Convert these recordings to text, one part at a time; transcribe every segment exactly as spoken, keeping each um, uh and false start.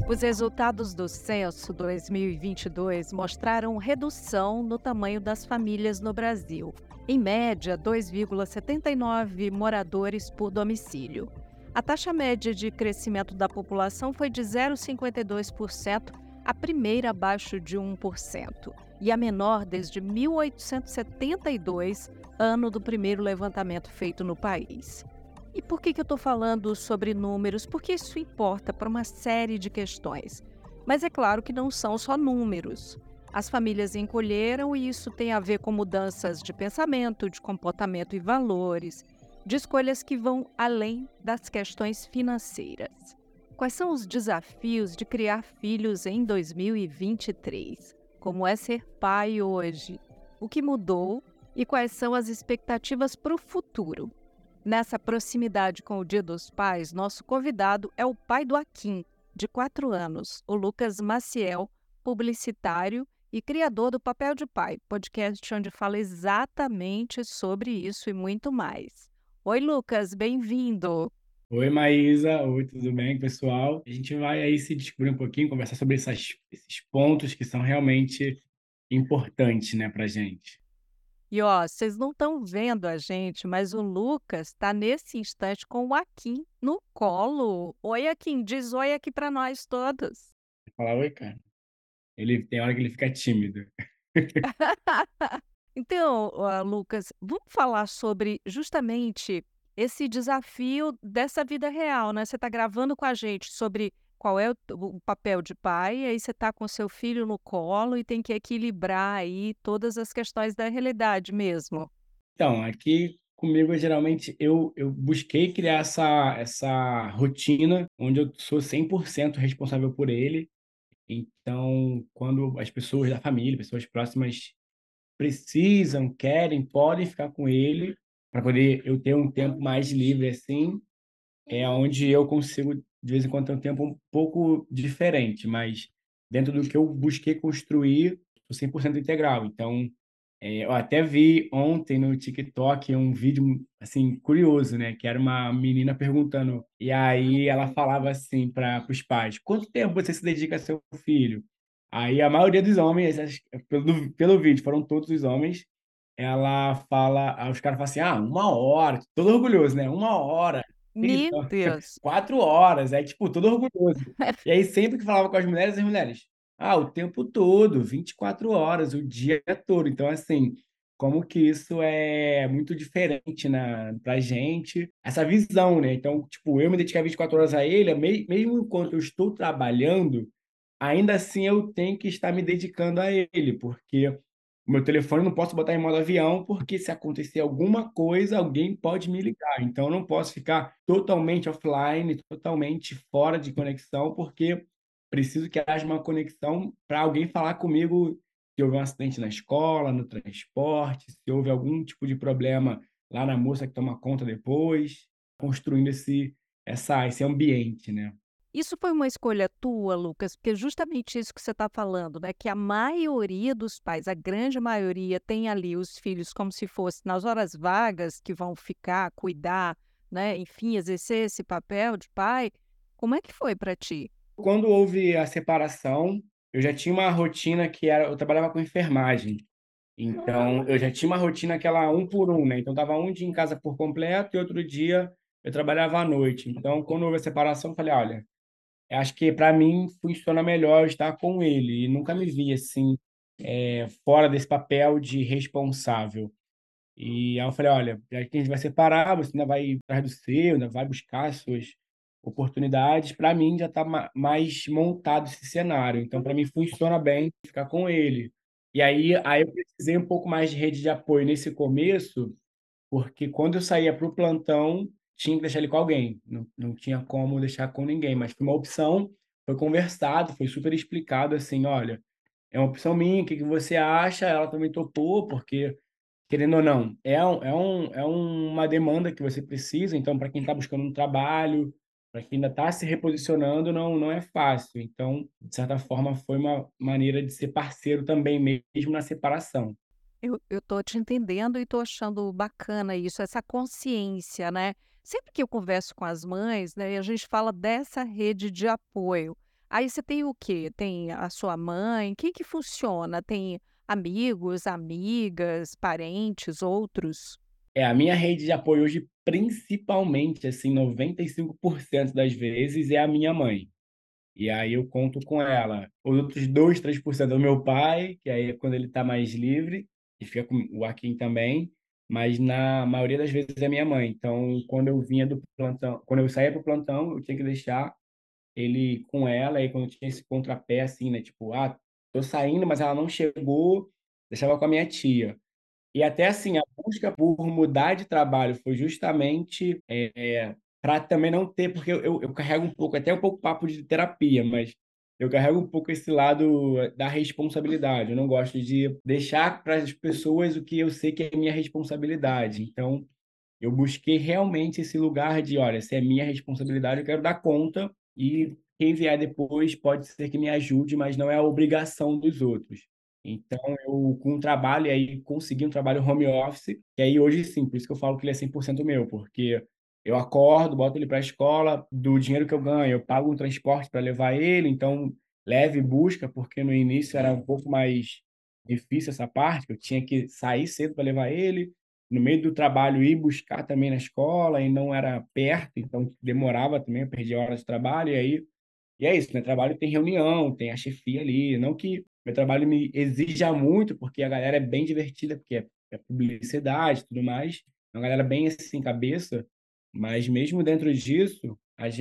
Os resultados do censo dois mil e vinte e dois mostraram redução no tamanho das famílias no Brasil, em média dois vírgula setenta e nove moradores por domicílio. A taxa média de crescimento da população foi de zero vírgula cinquenta e dois por cento, a primeira abaixo de um por cento, e a menor desde mil oitocentos e setenta e dois, ano do primeiro levantamento feito no país. E por que que eu estou falando sobre números? Porque isso importa para uma série de questões. Mas é claro que não são só números. As famílias encolheram e isso tem a ver com mudanças de pensamento, de comportamento e valores, de escolhas que vão além das questões financeiras. Quais são os desafios de criar filhos em dois mil e vinte e três? Como é ser pai hoje? O que mudou e quais são as expectativas para o futuro? Nessa proximidade com o Dia dos Pais, nosso convidado é o pai do Akin, de quatro anos, o Lucas Maciel, publicitário e criador do Papel de Pai, podcast onde fala exatamente sobre isso e muito mais. Oi, Lucas, bem-vindo! Oi, Maísa. Oi, tudo bem, pessoal? A gente vai aí se descobrir um pouquinho, conversar sobre essas- esses pontos que são realmente importantes, né, pra gente. E ó, vocês não estão vendo a gente, mas o Lucas está nesse instante com o Akin no colo. Oi, Akin, diz oi aqui para nós todos. Falar, oi, cara. Ele tem hora que ele fica tímido. Então, ah, Lucas, vamos falar sobre justamente esse desafio dessa vida real, né? Você está gravando com a gente sobre qual é o, o papel de pai, e aí você está com seu filho no colo e tem que equilibrar aí todas as questões da realidade mesmo. Então, aqui comigo, geralmente, eu, eu busquei criar essa, essa rotina onde eu sou cem por cento responsável por ele. Então, quando as pessoas da família, pessoas próximas precisam, querem, podem ficar com ele, para poder eu ter um tempo mais livre assim, é onde eu consigo, de vez em quando, ter um tempo um pouco diferente, mas dentro do que eu busquei construir, o cem por cento integral. Então, eh, eu até vi ontem no TikTok um vídeo, assim, curioso, né, que era uma menina perguntando, e aí ela falava assim para os pais: "Quanto tempo você se dedica a seu filho?". Aí a maioria dos homens, acho que pelo pelo vídeo, foram todos os homens, ela fala, aí os caras falam assim: "Ah, uma hora", todo orgulhoso, né, "uma hora". Meu Então, Deus! quatro horas, aí, tipo, todo orgulhoso. E aí sempre que falava com as mulheres, as mulheres: "Ah, o tempo todo, vinte e quatro horas, o dia todo". Então, assim, como que isso é muito diferente na pra gente, essa visão, né. Então, tipo, eu me dedicar vinte e quatro horas a ele, me mesmo enquanto eu estou trabalhando, ainda assim eu tenho que estar me dedicando a ele, porque o meu telefone eu não posso botar em modo avião, porque se acontecer alguma coisa, alguém pode me ligar. Então eu não posso ficar totalmente offline, totalmente fora de conexão, porque preciso que haja uma conexão para alguém falar comigo se houve um acidente na escola, no transporte, se houve algum tipo de problema lá na moça que toma conta depois, construindo esse essa esse ambiente, né. Isso foi uma escolha tua, Lucas? Porque justamente isso que você está falando, né? Que a maioria dos pais, a grande maioria, tem ali os filhos como se fosse nas horas vagas que vão ficar, cuidar, né? Enfim, exercer esse papel de pai. Como é que foi para ti? Quando houve a separação, eu já tinha uma rotina que era eu trabalhava com enfermagem, então eu já tinha uma rotina aquela um por um, né, então estava um dia em casa por completo e outro dia eu trabalhava à noite. Então quando houve a separação eu falei: "Olha, eu acho que para mim funciona melhor eu estar com ele", e nunca me vi assim, eh, fora desse papel de responsável. E aí eu falei: "Olha, já que a gente vai separar, você ainda vai atrás do seu, ainda vai buscar as suas oportunidades", para mim já está ma mais montado esse cenário, então para mim funciona bem ficar com ele. E aí aí eu precisei um pouco mais de rede de apoio nesse começo, porque quando eu saía para o plantão, tinha que deixar ele com alguém, não não tinha como deixar com ninguém, mas foi uma opção, foi conversado, foi super explicado assim: "Olha, é uma opção minha, o que que você acha?". Ela também topou, porque querendo ou não, é um é um é uma demanda que você precisa, então para quem está buscando um trabalho, para quem ainda está se reposicionando, não não é fácil. Então, de certa forma, foi uma maneira de ser parceiro também, mesmo na separação. Eu, eu tô te entendendo e tô achando bacana isso, essa consciência, né? Sempre que eu converso com as mães, né, e a gente fala dessa rede de apoio. Aí você tem o quê? Tem a sua mãe? Quem que funciona? Tem amigos, amigas, parentes, outros? É, a minha rede de apoio hoje, principalmente, assim, noventa e cinco por cento das vezes é a minha mãe. E aí eu conto com ela. Os outros dois, três por cento é o meu pai, que aí é quando ele está mais livre, e fica com o Joaquim também, mas na maioria das vezes é minha mãe. Então, quando eu vinha do plantão, quando eu saía pro plantão, eu tinha que deixar ele com ela, e quando tinha esse contrapé, assim, né? Tipo, ah, tô saindo, mas ela não chegou, deixava com a minha tia. E até assim, a busca por mudar de trabalho foi justamente para também não ter, porque eu, eu, eu carrego um pouco, até um pouco papo de terapia, mas eu carrego um pouco esse lado da responsabilidade. Eu não gosto de deixar para as pessoas o que eu sei que é minha responsabilidade. Então, eu busquei realmente esse lugar de, olha, se é minha responsabilidade, eu quero dar conta e quem vier depois pode ser que me ajude, mas não é a obrigação dos outros. Então, eu com o trabalho, e aí consegui um trabalho home office, que aí hoje sim, por isso que eu falo que ele é cem por cento meu, porque eu acordo, boto ele para a escola, do dinheiro que eu ganho, eu pago um transporte para levar ele, então leve e busca, porque no início era um pouco mais difícil essa parte, que eu tinha que sair cedo para levar ele, no meio do trabalho ir buscar também na escola e não era perto, então demorava também, eu perdia horas de trabalho, e aí e é isso, né? Trabalho tem reunião, tem a chefia ali, não que meu trabalho me exija muito, porque a galera é bem divertida, porque é, é publicidade e tudo mais, é uma galera bem assim, cabeça, mas mesmo dentro disso, a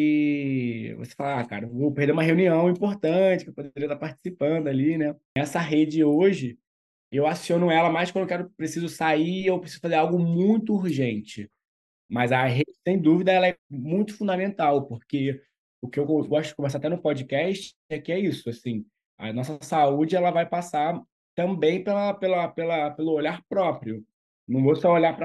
gente, você fala, ah, cara, vou perder uma reunião importante, que eu poderia estar participando ali, né? Essa rede hoje, eu aciono ela mais quando eu quero, preciso sair ou preciso fazer algo muito urgente. Mas a rede, sem dúvida, ela é muito fundamental, porque o que eu gosto de conversar até no podcast é que é isso, assim, a nossa saúde ela vai passar também pela, pela, pela, pelo olhar próprio. Não vou só olhar para a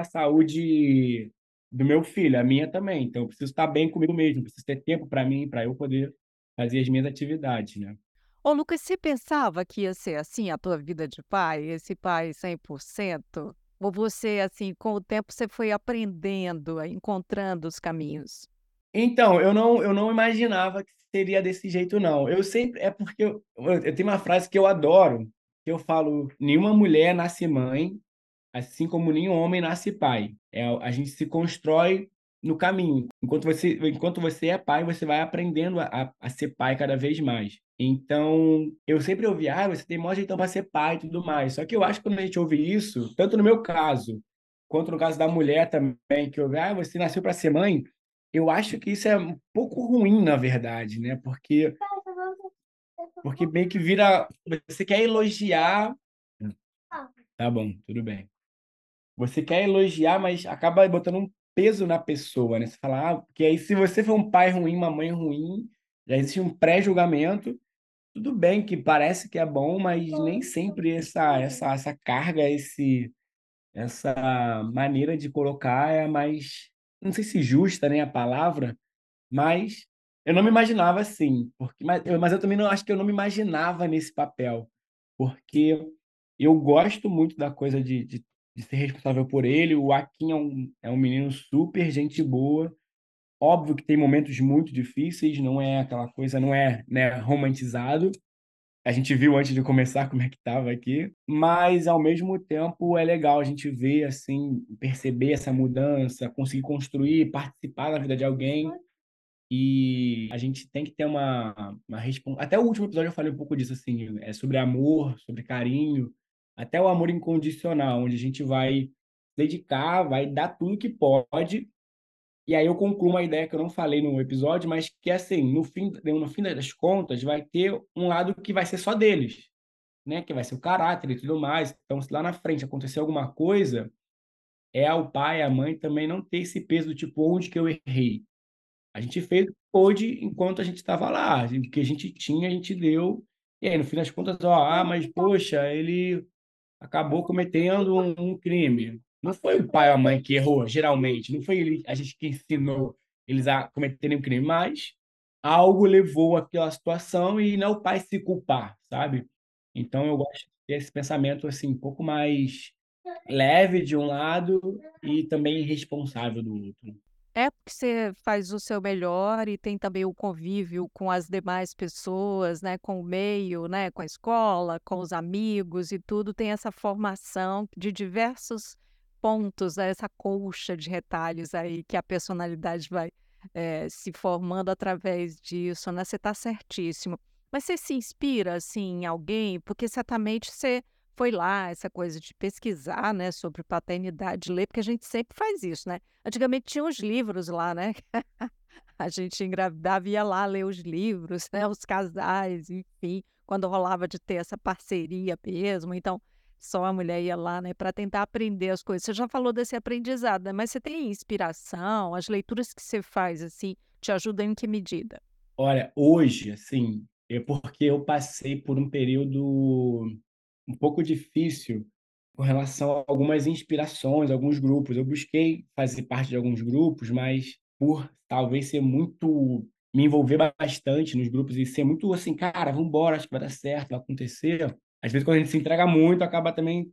saúde do meu filho, a minha também. Então, eu preciso estar bem comigo mesmo, preciso ter tempo para mim, para eu poder fazer as minhas atividades, né? Ô Lucas, você pensava que ia ser assim a tua vida de pai, esse pai cem por cento? Ou você, assim, com o tempo você foi aprendendo, a encontrando os caminhos? Então, eu não, eu não imaginava que seria desse jeito, não. Eu sempre. É porque eu, eu, eu tenho uma frase que eu adoro, que eu falo: nenhuma mulher nasce mãe, assim como nenhum homem nasce pai. É, a gente se constrói no caminho. Enquanto você, enquanto você é pai, você vai aprendendo a, a ser pai cada vez mais. Então, eu sempre ouvi, ah, você tem maior jeitão para ser pai e tudo mais. Só que eu acho que quando a gente ouve isso, tanto no meu caso, quanto no caso da mulher também, que ouve, ah, você nasceu para ser mãe, eu acho que isso é um pouco ruim, na verdade, né? Porque, porque meio que vira. Você quer elogiar. Tá bom, tudo bem. Você quer elogiar, mas acaba botando um peso na pessoa, né? Você fala, ah, porque aí se você for um pai ruim, uma mãe ruim, já existe um pré-julgamento. Tudo bem que parece que é bom, mas nem sempre essa, essa, essa carga, esse, essa maneira de colocar é a mais, não sei se justa, né, a palavra, mas eu não me imaginava assim, porque, mas, eu, mas eu também não acho que eu não me imaginava nesse papel, porque eu gosto muito da coisa de, de, de ser responsável por ele. O Akin é um, é um menino super gente boa. Óbvio que tem momentos muito difíceis, não é aquela coisa, não é, né, romantizado. A gente viu antes de começar como é que estava aqui, mas ao mesmo tempo é legal a gente ver assim, perceber essa mudança, conseguir construir, participar da vida de alguém. E a gente tem que ter uma, uma resposta. Até o último episódio eu falei um pouco disso, assim, é sobre amor, sobre carinho, até o amor incondicional, onde a gente vai dedicar, vai dar tudo que pode. E aí eu concluo uma ideia que eu não falei no episódio, mas que é assim, no fim, no fim das contas, vai ter um lado que vai ser só deles, né? Que vai ser o caráter e tudo mais. Então, se lá na frente acontecer alguma coisa, é ao pai, à mãe também não ter esse peso do tipo, onde que eu errei? A gente fez o que pôde enquanto a gente estava lá. O que a gente tinha, a gente deu. E aí, no fim das contas, ó, ah, mas poxa, ele acabou cometendo um, um crime. Não foi o pai ou a mãe que errou, geralmente. Não foi ele, a gente que ensinou eles a cometerem um crime, mas algo levou àquela situação e não é o pai se culpar, sabe? Então, eu gosto de ter esse pensamento assim, um pouco mais leve de um lado e também responsável do outro. É porque você faz o seu melhor e tem também o convívio com as demais pessoas, né, com o meio, né, com a escola, com os amigos e tudo, tem essa formação de diversos pontos, né, essa colcha de retalhos aí que a personalidade vai, eh, se formando através disso, né, você está certíssimo. Mas você se inspira, assim, em alguém? Porque certamente você foi lá, essa coisa de pesquisar, né, sobre paternidade, ler, porque a gente sempre faz isso, né. Antigamente tinha os livros lá, né, a gente engravidava e ia lá ler os livros, né, os casais, enfim, quando rolava de ter essa parceria mesmo, então só a mulher ia lá, né, para tentar aprender as coisas. Você já falou desse aprendizado, né, mas você tem inspiração? As leituras que você faz, assim, te ajudam em que medida? Olha, hoje, assim, é porque eu passei por um período um pouco difícil com relação a algumas inspirações, alguns grupos. Eu busquei fazer parte de alguns grupos, mas por talvez ser muito me envolver bastante nos grupos e ser muito assim: "Cara, vamos embora, acho que vai dar certo, vai acontecer". Às vezes, quando a gente se entrega muito, acaba também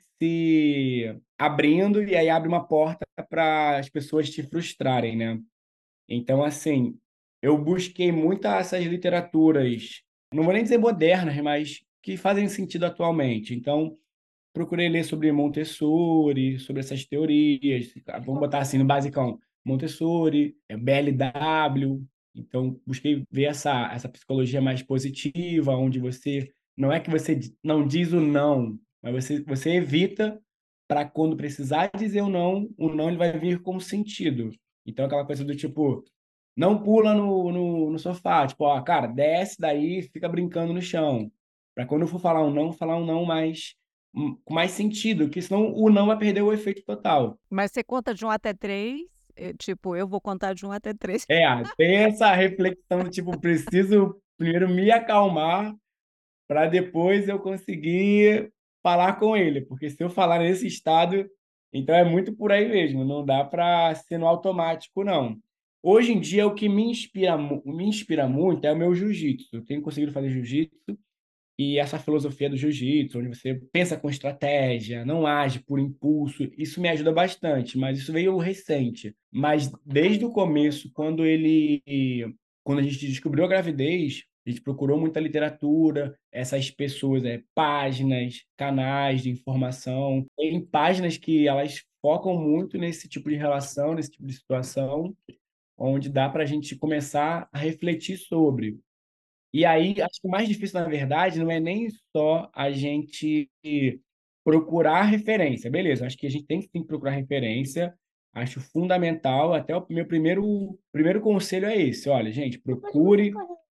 se abrindo e aí abre uma porta para as pessoas te frustrarem, né. Então, assim, eu busquei muito essas literaturas, não vou nem dizer modernas, mas que fazem sentido atualmente. Então, procurei ler sobre Montessori, sobre essas teorias, ah, vamos botar assim no basicão, Montessori, eh, B L W, então busquei ver essa essa psicologia mais positiva, onde você não é que você di não diz o não, mas você você evita para quando precisar dizer o não, o não ele vai vir com sentido. Então aquela coisa do tipo, não pula no no no sofá, tipo: "Ó, cara, desce daí, fica brincando no chão", para quando eu for falar um não, falar um não mais Hum, com mais sentido, que senão o não vai perder o efeito total. Mas você conta de um até três, eh, tipo, eu vou contar de um até três. É, tem essa reflexão do tipo, preciso primeiro me acalmar para depois eu conseguir falar com ele, porque se eu falar nesse estado, então é muito por aí mesmo, não dá para ser no automático não. Hoje em dia o que me inspira mu me inspira muito é o meu jiu-jitsu, eu tenho conseguido fazer jiu-jitsu. E essa filosofia do jiu-jitsu, onde você pensa com estratégia, não age por impulso, isso me ajuda bastante, mas isso veio recente. Mas desde o começo, quando ele quando a gente descobriu a gravidez, a gente procurou muita literatura, essas pessoas, eh, páginas, canais de informação, tem páginas que elas focam muito nesse tipo de relação, nesse tipo de situação, onde dá para a gente começar a refletir sobre. E aí, acho que o mais difícil, na verdade, não é nem só a gente procurar referência. Beleza, acho que a gente tem que sim procurar referência, acho fundamental, até o meu primeiro primeiro conselho é esse: "Olha, gente, procure"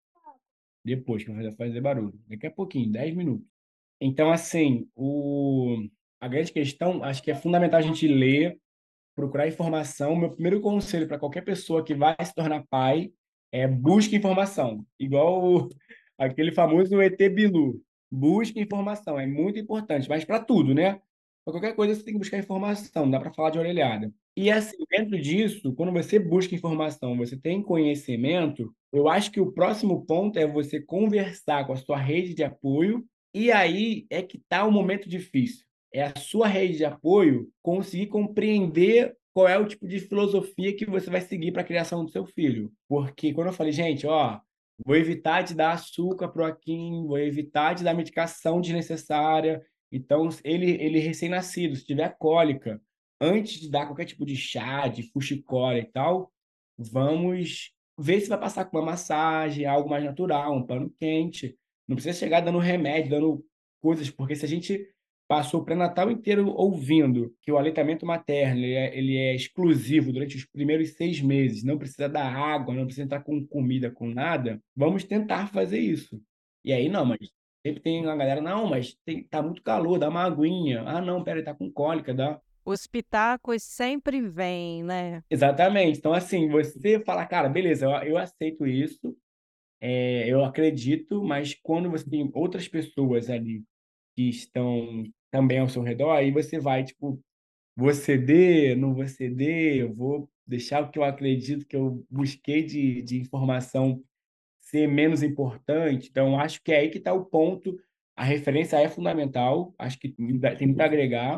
depois que vai fazer barulho, daqui a pouquinho, dez minutos. Então, assim, o a grande questão, acho que é fundamental a gente ler, procurar informação. Meu primeiro conselho para qualquer pessoa que vai se tornar pai é busque informação. Igual o aquele famoso E T Bilu. Busque informação, é muito importante, mas para tudo, né. Pra qualquer coisa você tem que buscar informação, não dá para falar de orelhada. E assim, dentro disso, quando você busca informação, você tem conhecimento, eu acho que o próximo ponto é você conversar com a sua rede de apoio, e aí é que está o momento difícil. É a sua rede de apoio conseguir compreender qual é o tipo de filosofia que você vai seguir para a criação do seu filho. Porque quando eu falei: "Gente, ó, vou evitar de dar açúcar para o Joaquim, vou evitar de dar medicação desnecessária", então ele ele recém-nascido, se tiver cólica, antes de dar qualquer tipo de chá, de fuxicória e tal, vamos ver se vai passar com uma massagem, algo mais natural, um pano quente. Não precisa chegar dando remédio, dando coisas, porque se a gente passou o pré-natal inteiro ouvindo que o aleitamento materno ele é ele é exclusivo durante os primeiros seis meses, não precisa dar água, não precisa entrar com comida, com nada, vamos tentar fazer isso. E aí não, mas sempre tem uma galera: "Não, mas tem tá muito calor, dá uma aguinha". "Ah, não, espera aí, tá com cólica, dá". Os pitacos sempre vêm, né. Exatamente. Então, assim, você fala: "Cara, beleza, eu eu aceito isso, eh, eu acredito", mas quando você tem outras pessoas ali que estão também ao seu redor, aí você vai, tipo: "Vou ceder, não vou ceder, eu vou deixar o que eu acredito, que eu busquei de de informação ser menos importante". Então acho que é aí que está o ponto, a referência é fundamental, acho que me dá tem muito a agregar,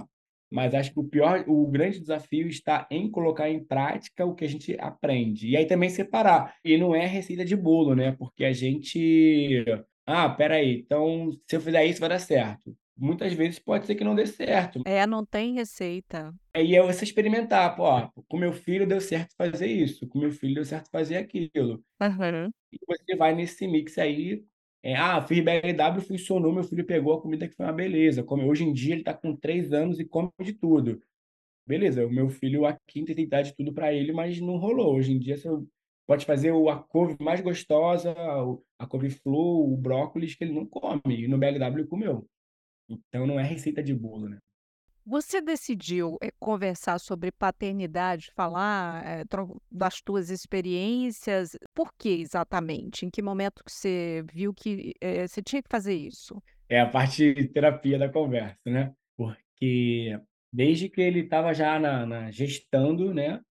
mas acho que o pior, o grande desafio está em colocar em prática o que a gente aprende. E aí também separar. E não é receita de bolo, né? Porque a gente. Ah, peraí, então se eu fizer isso vai dar certo. Muitas vezes pode ser que não dê certo. É, não tem receita. Aí é você experimentar, pô, ó, com meu filho deu certo fazer isso, com meu filho deu certo fazer aquilo. Aham. E você vai nesse mix aí. É, ah, fiz B L W, funcionou, meu filho pegou a comida que foi uma beleza. Come, hoje em dia ele está com três anos e come de tudo. Beleza, o meu filho aqui tentei dar de tudo para ele, mas não rolou. Hoje em dia você pode fazer o- a couve mais gostosa, o- a couve-flor, o brócolis que ele não come, e no B L W ele comeu. Então não é receita de bolo, né? Você decidiu, eh, conversar sobre paternidade, falar, eh, tro das tuas experiências, por que exatamente? Em que momento que você viu que, eh, você tinha que fazer isso? É a parte de terapia da conversa, né? Porque desde que ele estava já na, na gestando, né?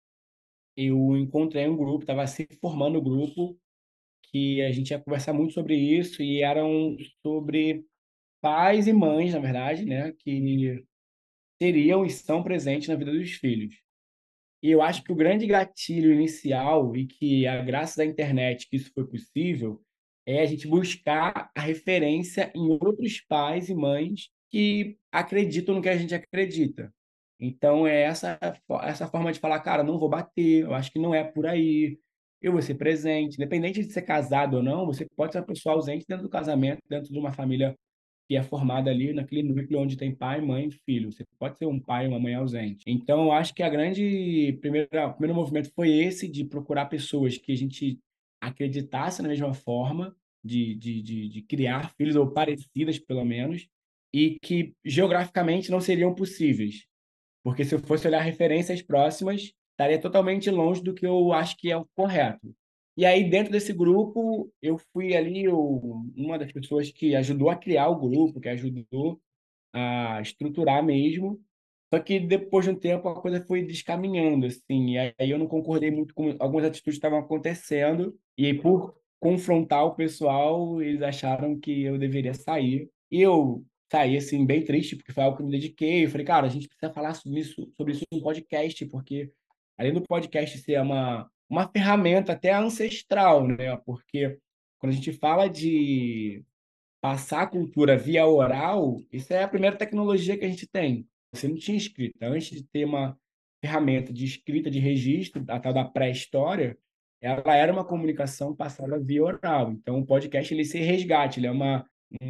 Eu encontrei um grupo, estava se formando o grupo, que a gente ia conversar muito sobre isso, e eram sobre pais e mães, na verdade, né? Que teriam e são presentes na vida dos filhos. E eu acho que o grande gatilho inicial, e que a graças à internet que isso foi possível, é a gente buscar a referência em outros pais e mães que acreditam no que a gente acredita. Então é essa fo essa forma de falar: "Cara, não vou bater, eu acho que não é por aí, eu vou ser presente", independente de ser casado ou não, você pode ser uma pessoa ausente dentro do casamento, dentro de uma família que é formada ali naquele núcleo onde tem pai, mãe e filho. Você pode ser um pai ou uma mãe ausente. Então, eu acho que a grande primeira o primeiro movimento foi esse, de procurar pessoas que a gente acreditasse na mesma forma de de de de criar filhos, ou parecidas, pelo menos, e que geograficamente não seriam possíveis. Porque se eu fosse olhar referências próximas, estaria totalmente longe do que eu acho que é o correto. E aí, dentro desse grupo, eu fui ali o uma das pessoas que ajudou a criar o grupo, que ajudou a estruturar mesmo. Só que depois de um tempo a coisa foi descaminhando, assim, e aí eu não concordei muito com algumas atitudes que estavam acontecendo, e aí por confrontar o pessoal, eles acharam que eu deveria sair. E eu saí, assim, bem triste, porque foi algo que eu me dediquei. Eu falei: "Cara, a gente precisa falar sobre isso sobre isso no podcast", porque além do podcast ser uma uma ferramenta até ancestral, né, porque quando a gente fala de passar a cultura via oral, isso é a primeira tecnologia que a gente tem. Você não tinha escrita. Antes de ter uma ferramenta de escrita, de registro, a tal da pré-história, ela era uma comunicação passada via oral. Então, o podcast, ele se resgate, ele é uma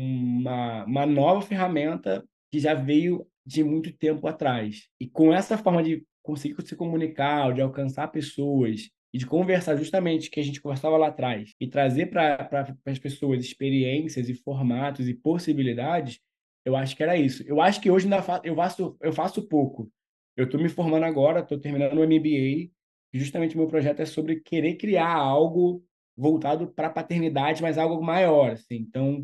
uma uma nova ferramenta que já veio de muito tempo atrás. E com essa forma de conseguir se comunicar, de alcançar pessoas e de conversar justamente o que a gente conversava lá atrás, e trazer para pra as pessoas experiências e formatos e possibilidades, eu acho que era isso. Eu acho que hoje ainda fa eu faço eu faço pouco. Eu estou me formando agora, estou terminando o M B A, e justamente o meu projeto é sobre querer criar algo voltado para a paternidade, mas algo maior, assim. Então,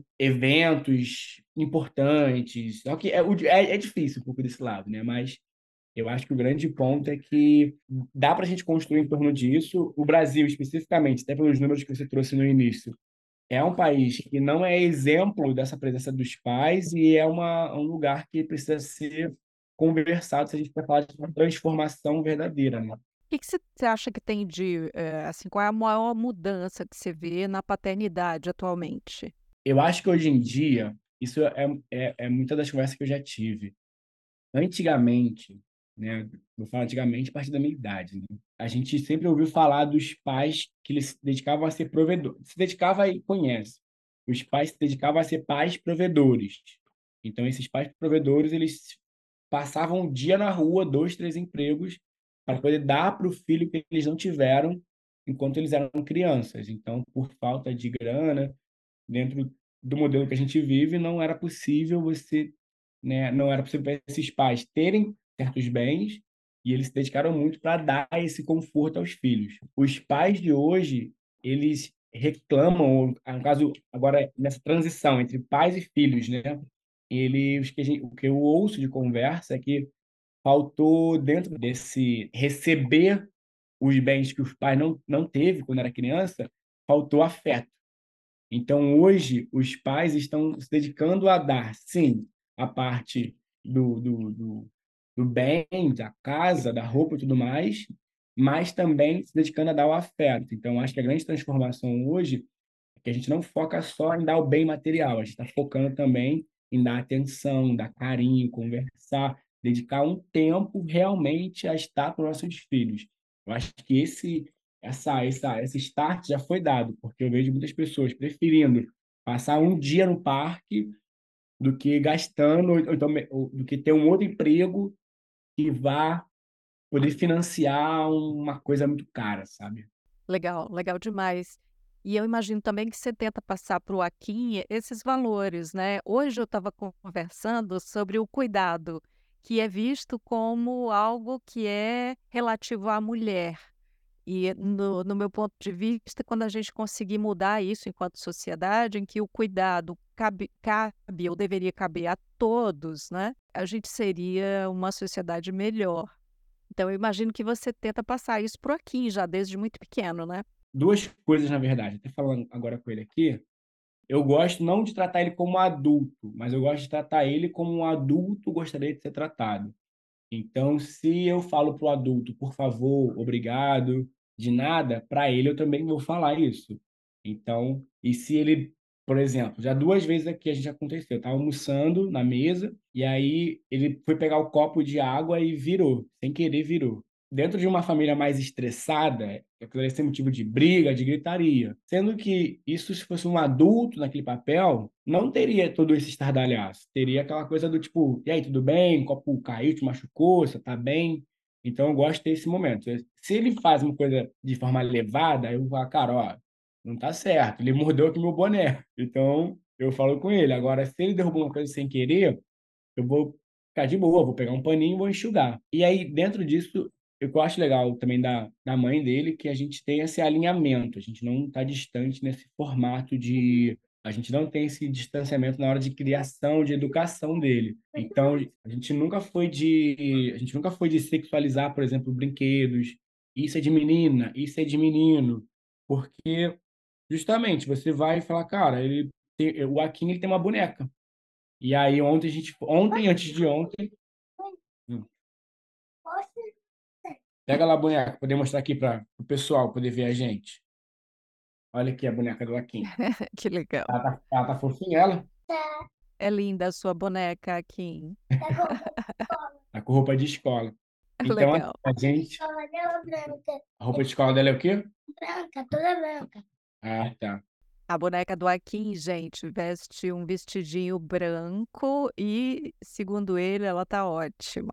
eventos importantes, só que é o é é difícil um pouco desse lado, né, mas eu acho que o grande ponto é que dá para a gente construir em torno disso. O Brasil, especificamente, até pelos números que você trouxe no início, é um país que não é exemplo dessa presença dos pais, e é uma, um lugar que precisa ser conversado se a gente vai falar de uma transformação verdadeira, né? O que que você você acha que tem de, eh, assim, qual é a maior mudança que você vê na paternidade atualmente? Eu acho que hoje em dia, isso é, é, é muita das conversas que eu já tive. Antigamente, né, vou falar antigamente a partir da minha idade, né, a gente sempre ouviu falar dos pais que eles se dedicavam a ser provedor se dedicava e conhece. Os pais se dedicavam a ser pais provedores. Então esses pais provedores, eles passavam o dia na rua, dois, três empregos, para poder dar para o filho que eles não tiveram enquanto eles eram crianças. Então, por falta de grana, dentro do modelo que a gente vive, não era possível você, né, não era possível para esses pais terem certos bens, e eles se dedicaram muito para dar esse conforto aos filhos. Os pais de hoje, eles reclamam, ou, no caso, agora nessa transição entre pais e filhos, né? Eles, que a gente, o que eu ouço de conversa é que faltou dentro desse receber os bens que os pais não não teve quando era criança, faltou afeto. Então, hoje, os pais estão se dedicando a dar, sim, a parte do do do do bem, da casa, da roupa e tudo mais, mas também se dedicando a dar o afeto. Então, acho que a grande transformação hoje é que a gente não foca só em dar o bem material, a gente está focando também em dar atenção, dar carinho, conversar, dedicar um tempo realmente a estar com nossos filhos. Eu acho que esse, essa, essa, esse start já foi dado, porque eu vejo muitas pessoas preferindo passar um dia no parque do que gastando, ou então, ou do que ter um outro emprego que vá poder financiar uma coisa muito cara, sabe? Legal, legal demais. E eu imagino também que você tenta passar para o Akin esses valores, né. Hoje eu estava conversando sobre o cuidado, que é visto como algo que é relativo à mulher. E no no meu ponto de vista, quando a gente conseguir mudar isso enquanto sociedade, em que o cuidado cabe cabe ou deveria caber a todos, né, a gente seria uma sociedade melhor. Então eu imagino que você tenta passar isso para o Akin já desde muito pequeno, né? Duas coisas, na verdade, até falando agora com ele aqui, eu gosto não de tratar ele como adulto, mas eu gosto de tratar ele como um adulto gostaria de ser tratado. Então, se eu falo para o adulto, por favor, obrigado, de nada, para ele eu também vou falar isso. Então, e se ele, por exemplo, já duas vezes aqui a gente aconteceu, eu estava almoçando na mesa, e aí ele foi pegar o copo de água e virou, sem querer virou. Dentro de uma família mais estressada, aquilo ia ser motivo de briga, de gritaria. Sendo que isso, se fosse um adulto naquele papel, não teria todo esse estardalhaço. Teria aquela coisa do tipo, e aí, tudo bem? O copo caiu, te machucou, você tá bem? Então, eu gosto desse momento. Se ele faz uma coisa de forma levada, eu vou falar, cara, ó, não tá certo. Ele mordeu aqui meu boné. Então, eu falo com ele. Agora, se ele derrubou uma coisa sem querer, eu vou ficar de boa, vou pegar um paninho e vou enxugar. E aí, dentro disso, o que eu acho legal também da, da mãe dele, que a gente tem esse alinhamento, a gente não está distante nesse formato de. A gente não tem esse distanciamento na hora de criação, de educação dele. Então, a gente nunca foi de, a gente nunca foi de sexualizar, por exemplo, brinquedos. Isso é de menina, isso é de menino. Porque, justamente, você vai falar, cara, ele tem, o Akin ele tem uma boneca. E aí ontem a gente, ontem, antes de ontem, hum, pega lá a boneca, para poder mostrar aqui para o pessoal poder ver a gente. Olha aqui a boneca do Akin. Que legal. Ela tá, ela tá fofinha, ela? É linda a sua boneca, Akin. Tá com roupa de escola. Então a Legal. a gente, Escola dela branca. a roupa de escola dela é o quê? Branca, toda branca. Ah, tá. A boneca do Akin, gente, veste um vestidinho branco e, segundo ele, ela tá ótima.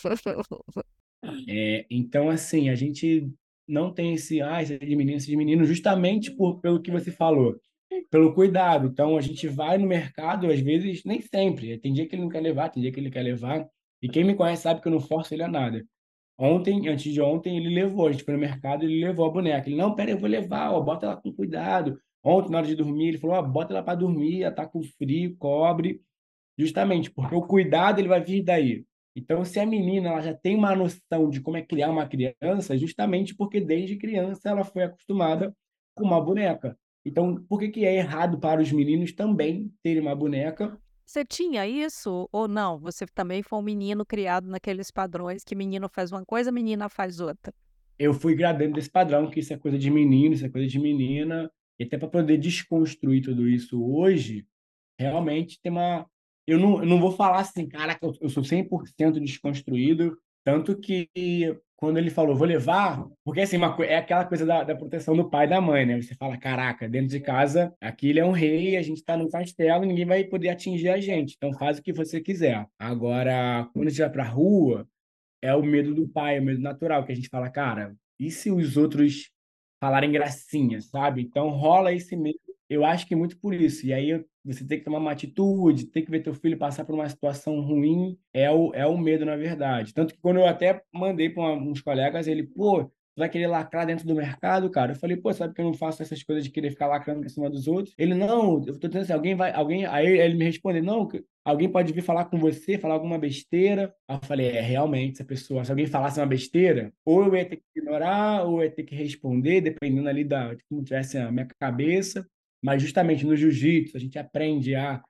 É, então, assim, a gente não tem esse, ah, esse é de menino, esse é de menino, justamente por, pelo que você falou, pelo cuidado. Então, a gente vai no mercado, às vezes, nem sempre. Tem dia que ele não quer levar, tem dia que ele quer levar. E quem me conhece sabe que eu não forço ele a nada. Ontem, antes de ontem, ele levou. A gente foi no mercado, ele levou a boneca. Ele, não, pera, eu vou levar, ó, bota ela com cuidado. Ontem, na hora de dormir, ele falou, ó, bota ela para dormir, ela tá com frio, cobre. Justamente, porque o cuidado ele vai vir daí. Então, se a menina ela já tem uma noção de como é criar uma criança, justamente porque desde criança ela foi acostumada com uma boneca. Então, por que que é errado para os meninos também terem uma boneca? Você tinha isso ou não? Você também foi um menino criado naqueles padrões que menino faz uma coisa, menina faz outra? Eu fui gradando desse padrão, que isso é coisa de menino, isso é coisa de menina, e até para poder desconstruir tudo isso hoje, realmente tem uma. Eu não, eu não vou falar assim, caraca, eu, eu sou cem por cento desconstruído. Tanto que quando ele falou, vou levar, porque assim, uma, co- é aquela coisa da, da proteção do pai e da mãe, né? Você fala, caraca, dentro de casa, aqui ele é um rei, a gente está no castelo, ninguém vai poder atingir a gente. Então faz o que você quiser. Agora, quando a gente vai pra rua, é o medo do pai, é o medo natural, que a gente fala, cara, e se os outros falarem gracinha, sabe? Então rola esse medo, eu acho que é muito por isso. E aí eu- você tem que tomar uma atitude, tem que ver teu filho passar por uma situação ruim, é o, é o medo, na verdade. Tanto que quando eu até mandei para uns colegas, ele, pô, tu vai querer lacrar dentro do mercado, cara? Eu falei, pô, sabe que eu não faço essas coisas de querer ficar lacrando em cima dos outros? Ele, não, eu tô dizendo assim, alguém vai, alguém, aí ele me respondeu, não, alguém pode vir falar com você, falar alguma besteira. Aí eu falei, é, realmente, essa pessoa, se alguém falasse uma besteira, ou eu ia ter que ignorar, ou eu ia ter que responder, dependendo ali da, de como tivesse a minha cabeça. Mas justamente no jiu-jitsu, a gente aprende a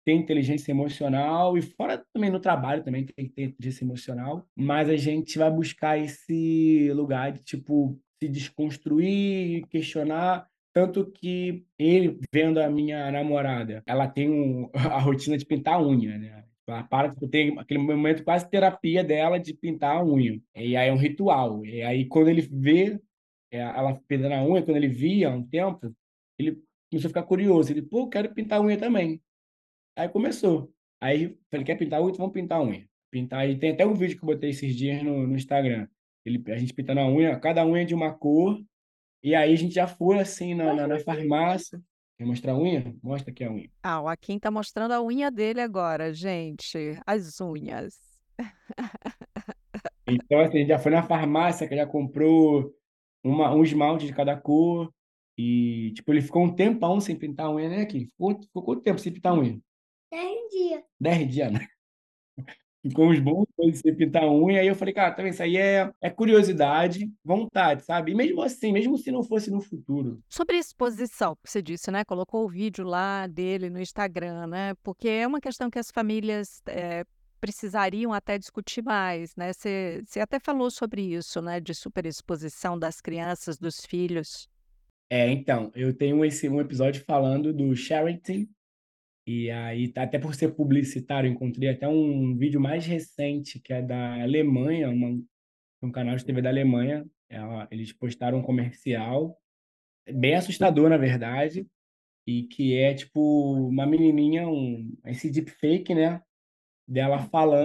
ter inteligência emocional e fora também no trabalho também tem que ter inteligência emocional, mas a gente vai buscar esse lugar de, tipo, se desconstruir, questionar, tanto que ele, vendo a minha namorada, ela tem um a rotina de pintar a unha, né. Ela para, tipo, tem aquele momento quase terapia dela de pintar a unha, e aí é um ritual. E aí quando ele vê, eh, ela pintando a unha, quando ele via há um tempo, ele começou a ficar curioso, ele: "Pô, eu quero pintar a unha também". Aí começou. Aí falei: "Quer pintar a unha? Então vamos pintar a unha". Pintar e tem até um vídeo que eu botei esses dias no no Instagram. Ele a gente pintando a unha, cada unha de uma cor, e aí a gente já foi, assim, na na na farmácia. Quer mostrar a unha? Mostra aqui a unha. Ah, o Akin tá mostrando a unha dele agora, gente, as unhas. Então, assim, a gente já foi na farmácia, que já comprou uma um esmalte de cada cor e, tipo, ele ficou um tempão sem pintar a unha, né, Kim? Ficou ficou quanto tempo sem pintar a unha? Dez dias. dez dias, né? Ficou uns bons meses sem pintar a unha, aí eu falei: "Cara, também isso aí é é curiosidade, vontade", sabe. E mesmo assim, mesmo se não fosse no futuro. Sobre exposição, que você disse, né, colocou o vídeo lá dele no Instagram, né, porque é uma questão que as famílias, eh, precisariam até discutir mais, né, você você até falou sobre isso, né, de superexposição das crianças, dos filhos. É, então, eu tenho esse um episódio falando do Charity, e aí tá até por ser publicitário, eu encontrei até um vídeo mais recente que é da Alemanha, uma um canal de T V da Alemanha, ela eles postaram um comercial, bem assustador na verdade, e que é tipo uma menininha, um esse deepfake, né, dela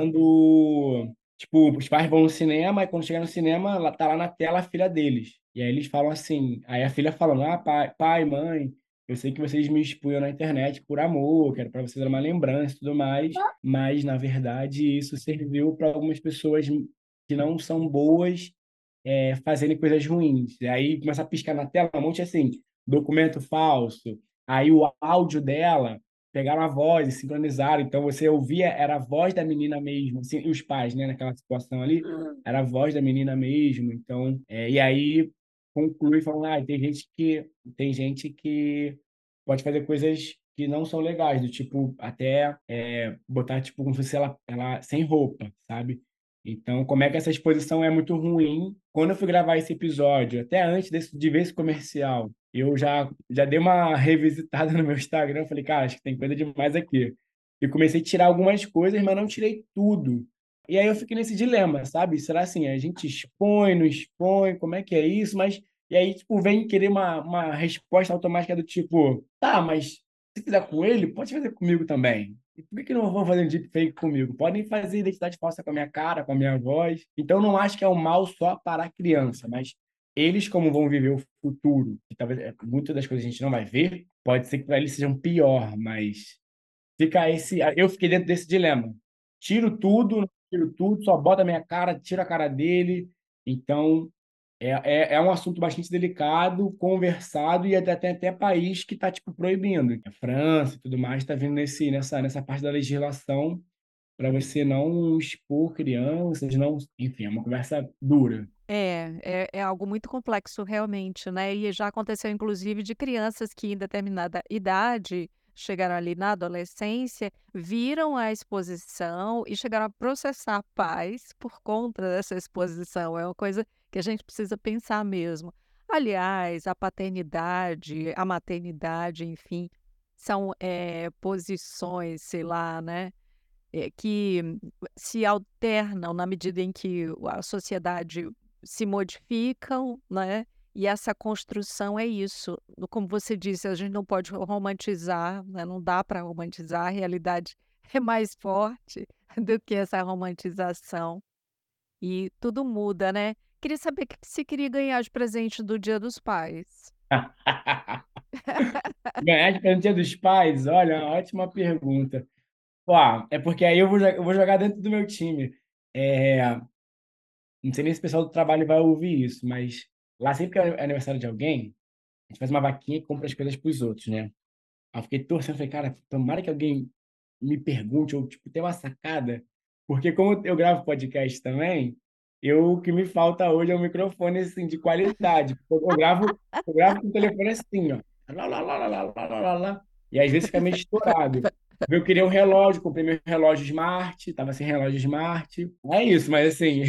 falando, tipo, os pais vão no cinema e quando chega no cinema, ela tá lá na tela a filha deles. E aí eles falam assim, aí a filha falando: "Ah, pai pai, mãe, eu sei que vocês me expunham na internet por amor, que era pra vocês era uma lembrança e tudo mais, mas na verdade isso serviu para algumas pessoas que não são boas, eh, fazerem coisas ruins". E aí começa a piscar na tela um monte assim, documento falso, aí o áudio dela, pegaram a voz e sincronizaram, então você ouvia, era a voz da menina mesmo, assim, e os pais, né, naquela situação ali, era a voz da menina mesmo, então, eh, e aí conclui falando: "Ah, tem gente que tem gente que pode fazer coisas que não são legais", do tipo, até, eh, botar, tipo, como se fosse ela ela sem roupa, sabe. Então, como é que essa exposição é muito ruim. Quando eu fui gravar esse episódio, até antes desse de ver esse comercial, eu já já dei uma revisitada no meu Instagram, falei: "Cara, acho que tem coisa demais aqui". E comecei a tirar algumas coisas, mas não tirei tudo. E aí eu fiquei nesse dilema, sabe, será assim, a gente expõe, não expõe, como é que é isso? Mas e aí, tipo, vem querer uma uma resposta automática do tipo: "Tá, mas se fizer com ele, pode fazer comigo também. E por que que não vão fazer um deepfake comigo? Podem fazer identidade falsa com a minha cara, com a minha voz". Então não acho que é um mal só para a criança, mas eles como vão viver o futuro, que talvez, eh, muitas das coisas a gente não vai ver, pode ser que para eles sejam pior, mas fica esse eu fiquei dentro desse dilema. Tiro tudo, não tiro tudo, só boto a minha cara, tiro a cara dele. Então, é é é um assunto bastante delicado, conversado e até tem até país que está, tipo, proibindo. A França e tudo mais está vindo nesse nessa nessa parte da legislação para você não expor crianças, não enfim, é uma conversa dura. É, é é algo muito complexo realmente, né, e já aconteceu inclusive de crianças que em determinada idade, chegaram ali na adolescência, viram a exposição e chegaram a processar pais por conta dessa exposição, é uma coisa que a gente precisa pensar mesmo. Aliás, a paternidade, a maternidade, enfim, são, eh, posições, sei lá, né, eh, que se alternam na medida em que o a sociedade se modificam, né, e essa construção é isso. No- Como você disse, a gente não pode romantizar, né, não dá para romantizar, a realidade é mais forte do que essa romantização e tudo muda, né. Queria saber o que que você queria ganhar de presente do Dia dos Pais? Ganhar de presente Dia dos Pais? Olha, ótima pergunta. Ó, é porque aí eu vou jo eu vou jogar dentro do meu time. Eh, não sei nem se o pessoal do trabalho vai ouvir isso, mas lá sempre que é aniversário de alguém, a gente faz uma vaquinha e compra as coisas para os outros, né. Aí eu fiquei torcendo, falei: "Cara, tomara que alguém me pergunte ou, tipo, tenha uma sacada", porque como eu gravo podcast também, eu o que me falta hoje é um microfone, assim, de qualidade, porque eu gravo eu gravo com o telefone assim, ó, lá lá lá lá lá lá lá lá, e às vezes fica meio estourado. Eu queria um relógio, comprei meu relógio Smart, tava sem relógio Smart. É isso, mas assim,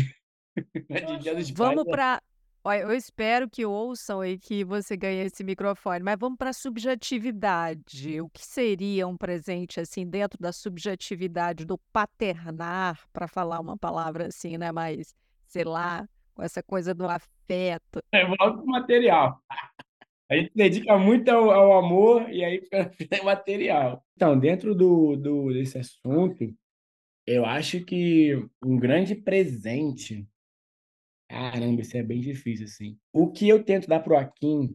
de Dia dos Pais, Vamos para. Olha, eu espero que ouçam e que você ganhe esse microfone, mas vamos para a subjetividade. O que seria um presente, assim, dentro da subjetividade do paternar, para falar uma palavra assim, né? Mas, sei lá, com essa coisa do afeto. é volta pro material. A gente dedica muito ao, ao amor e aí fica fica material. Então, dentro do, do, desse assunto, eu acho que um grande presente. Caramba, isso é bem difícil, assim. O que eu tento dar pro Akin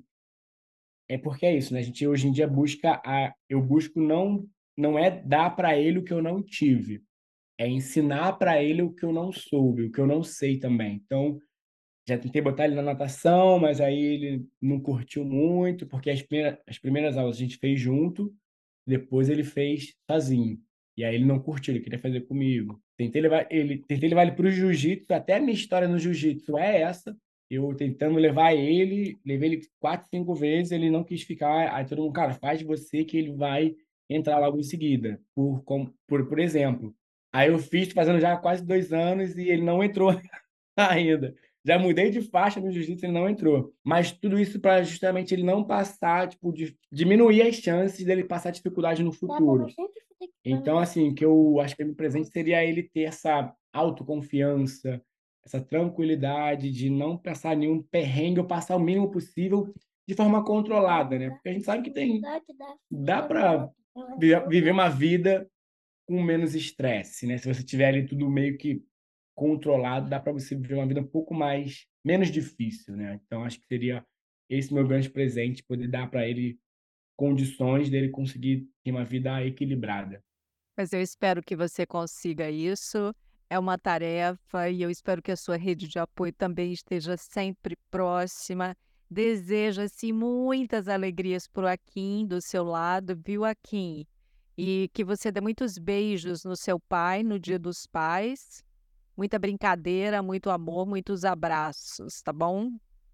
é porque é isso, né? A gente hoje em dia busca a. Eu busco não. Não é dar para ele o que eu não tive, é ensinar para ele o que eu não soube, o que eu não sei também. Então, já tentei botar ele na natação, mas aí ele não curtiu muito, porque as primeiras, as primeiras aulas a gente fez junto, depois ele fez sozinho. E aí ele não curtiu, ele queria fazer comigo. Tentei levar ele, tentei levar ele para o jiu-jitsu, até a minha história no jiu-jitsu é essa. Eu tentando levar ele, levei ele quatro, cinco vezes, ele não quis ficar. Aí todo mundo, cara, faz você que ele vai entrar logo em seguida, por, com- por, por exemplo. Aí eu fiz fazendo já quase dois anos e ele não entrou ainda. Já mudei de faixa no jiu-jitsu, ele não entrou. Mas tudo isso para justamente ele não passar, tipo, de, diminuir as chances dele passar dificuldade no Dá pra futuro. bastante fazer Então, assim, o que eu acho que é meu presente seria ele ter essa autoconfiança, essa tranquilidade de não passar nenhum perrengue ou passar o mínimo possível de forma controlada, né? Porque a gente sabe que tem, dá para viver uma vida com menos estresse, né? Se você tiver ali tudo meio que controlado, dá para você viver uma vida um pouco mais, menos difícil, né? Então, acho que seria esse meu grande presente, poder dar para ele condições dele conseguir ter uma vida equilibrada. Mas eu espero que você consiga isso. É uma tarefa e eu espero que a sua rede de apoio também esteja sempre próxima. Desejo-se muitas alegrias para o Akin do seu lado, viu, Akin? E que você dê muitos beijos no seu pai no Dia dos Pais. Muita brincadeira, muito amor, muitos abraços, tá bom?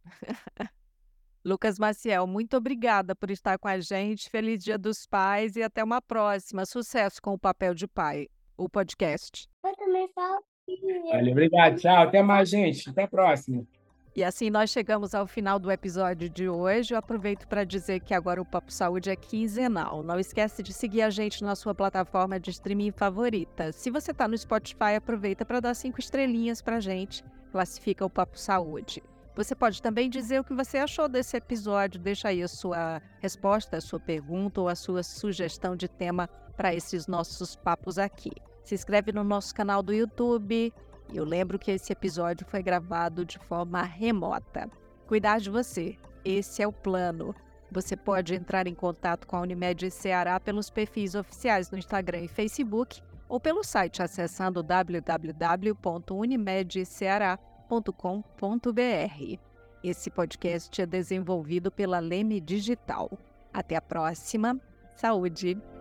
Lucas Maciel, muito obrigada por estar com a gente. Feliz Dia dos Pais e até uma próxima. Sucesso com o papel de pai, o podcast. Eu também falo que Valeu, obrigado. Tchau. Até mais, gente. Até a próxima. E assim nós chegamos ao final do episódio de hoje. Eu aproveito para dizer que agora o Papo Saúde é quinzenal. Não esquece de seguir a gente na sua plataforma de streaming favorita. Se você está no Spotify, aproveita para dar cinco estrelinhas para a gente. Classifica o Papo Saúde. Você pode também dizer o que você achou desse episódio. Deixa aí a sua resposta, a sua pergunta ou a sua sugestão de tema para esses nossos papos aqui. Se inscreve no nosso canal do YouTube. E eu lembro que esse episódio foi gravado de forma remota. Cuidar de você, esse é o plano. Você pode entrar em contato com a Unimed Ceará pelos perfis oficiais no Instagram e Facebook ou pelo site acessando w w w ponto unimed ceará ponto com ponto b r. Esse podcast é desenvolvido pela Leme Digital. Até a próxima. Saúde!